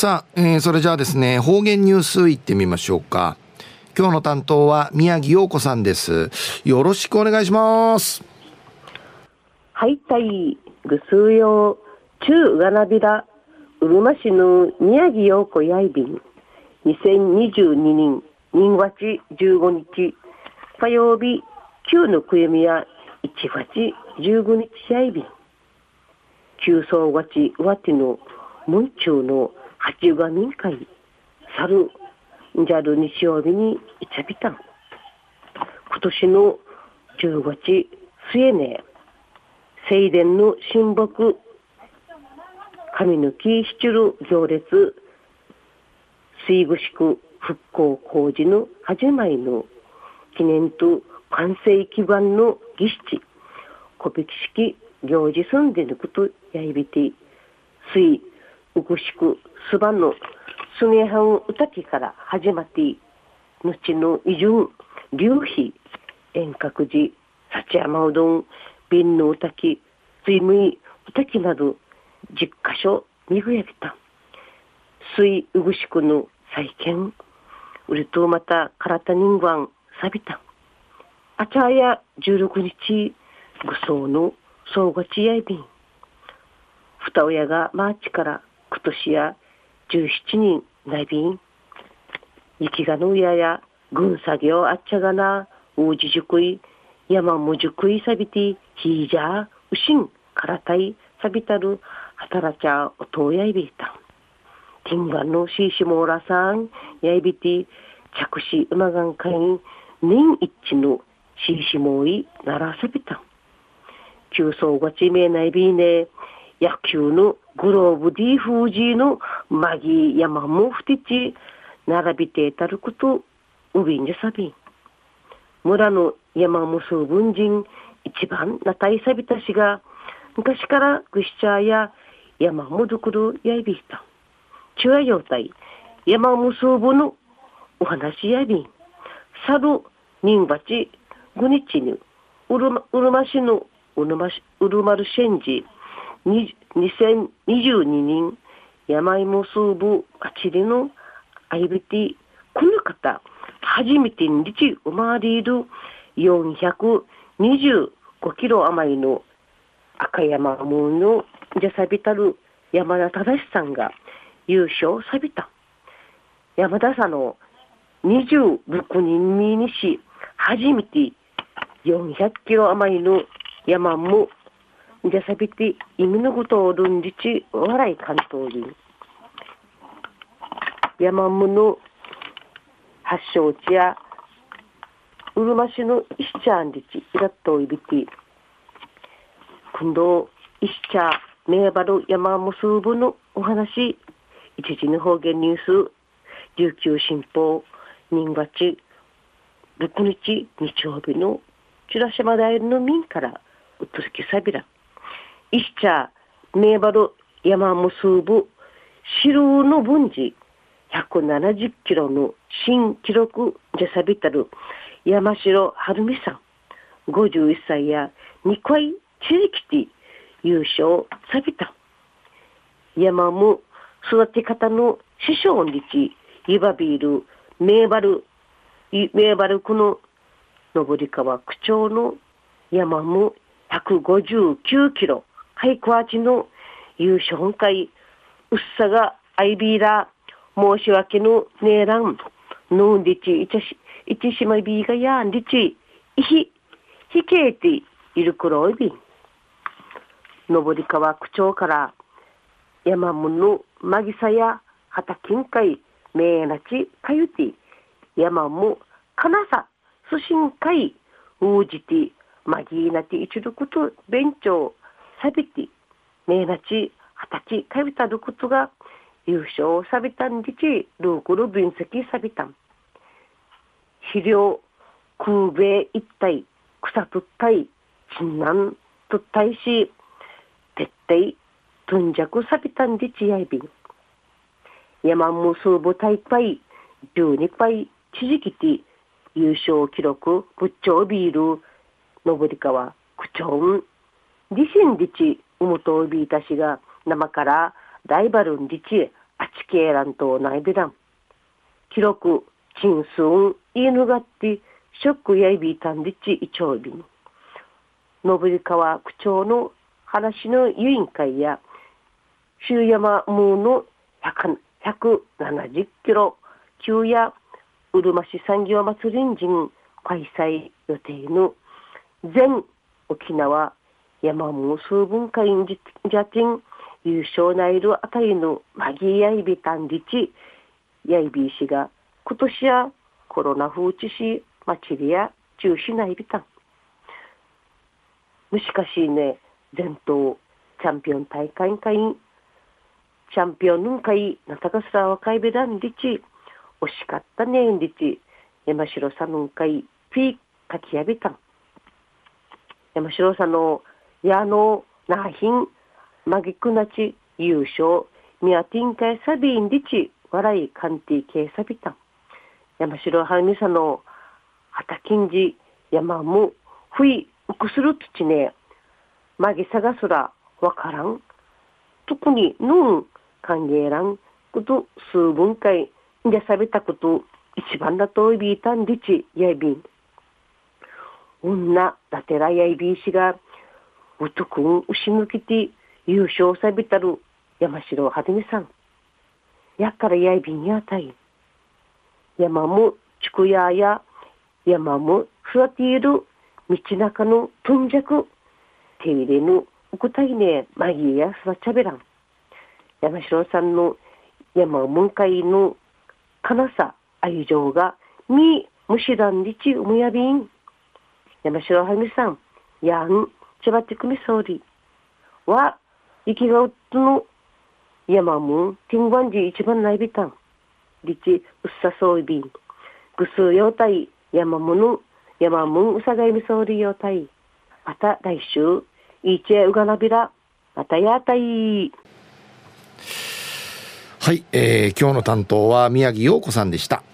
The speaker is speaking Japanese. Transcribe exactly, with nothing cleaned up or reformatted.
さあ、えー、それじゃあですね、方言ニュースいってみましょうか。今日の担当は宮城陽子さんです。よろしくお願いします。 はいたいぐすうよう中がなびらうるま市の宮城陽子やいびんにせんにじゅうにねんにがつじゅうごにち火曜日旧のくゆみやいちがつじゅうごにちやいびん旧総がちうわてのむんちゅうの八が民会さるんじゃる日曜日にいちゃびたん今年のじゅうがつ末ね正殿の神木神抜きしちる行列水具宿復興工事の始まりの記念と完成祈願の儀式小引式行事住んでぬくとやいびて水うぐしくすばのすげはんうたきから始まって後のいじゅん流飛遠隔寺幸山うどん瓶のうたき水むいうたきなどじっかしょみぐやびた水うぐしくの再建うりとまた体人間さびたあちゃやじゅうろくにちぐそうの総がちやいびんふた親がマーチから今年やじゅうしちにんないびん雪がのうやや軍作業あっちゃがなうじじゅくい山もじゅくいさびてひいじゃうしんからたいさびたる働ちゃおとうやいびいたティンガンのシーシモーラさんやいびて着しうまがんかい年一致のシーシモーいならさびた旧総がちめないびね野球のグローブ D フージーのマギ山もふてち並びてたることうびんじゃさびん村の山も数分人一番なたいさびたしが昔からぐしちゃや山もどくるやいびいた中やようたい山も数分のお話やいびんさる人ばちぐにちにうるま、うるま市のうるましうるまるしんじにせんにじゅうにねん山芋数部あちりのアイビティこの方初めてに日生まれるよんひゃくにじゅうごキロ余りの赤山ものじゃさびたる山田忠さんが優勝さびた山田さんのにじゅうろくにんみにし初めてよんひゃくキロ余りの山もじゃさびて意味のことを論じち笑い関東に山もの発祥地やうるま市の石茶んりちいらっといびて今度石茶名原山も数部のお話一時の方言ニュース琉球新報人がちろくにち日曜日のチュラシマダイルの民からうつきさびら石茶名原山も数部白の分寺ひゃくななじゅっキロの新記録じゃさびたる山城春美さんごじゅういっさいやにかい地域で優勝さびた山も育て方の師匠にちいわびる名原名原区の上り川区長の山もひゃくごじゅうきゅうキロハイクワチの優勝会うっさがアイビーラ申し訳のねえらんのんりちいちしいちしまびがやんりちいひひけいているくろいびん上り川区長から山ものまぎさやはたきんかいめえなちかゆて山もかなさすしんかいうじてまぎなていちること勉強さびてめえなちはたきかゆたることが優勝さびたんりちルークル分析さびたん肥料空米一体草とったい診断とったいし徹底とんじゃくさびたんりちやいびん山も数部大会じゅうにかい地域で優勝記録部長ビール上り川区長自身りちうむとびいたしが生からライバルんりちあっちけいらんとないびらん。記録、チンスン、いぬがって、ショックやいびいたんでちいちょうびん。のぶりかわ区長の話の委員会や、周山ムーのひゃくななじゅっキロ級や、うるま市産業祭りんじん開催予定の全沖縄山ムー数分会員ジャティン優勝ナイルあたりのマギーやいびたんりちやいびいしが今年やコロナ風知し祭りや中止ないびたん。むしかしね、全島チャンピオン大会会員チャンピオンの会なたかすらわかいべだんりち惜しかったねんりち山城さんの会ピーかきやびたん。山城さんのやのなひんまぎくなち優勝みやてんかいさびんりち笑いかんていけさびたん。山城はみさのはたきんじ山もふいうくするとちねまぎさがすらわからん特にぬん歓迎らんこと数分解でさびたこと一番だといびいたんりちやいびん女だてらやいびいしがうとくんうしぬきて優勝さびたる山城はじめさんやっからやいびんやたい山もちくやや山も育ている道中のとんじゃく手入れぬうくたいねまぎやすわちゃべらん山城さんの山もんかいのかなさ愛情がみむしらんりちうむやびん山城はみさんやんちばってくみそうりは生きがうっとの山もんてんわんじ一番ないびたんりちうっさそうびんぐすうようたい山もの山もんうさがいみそうりようたいまた来週いちえうがなびらまたやたい。 はい、えー、今日の担当は宮城陽子さんでした。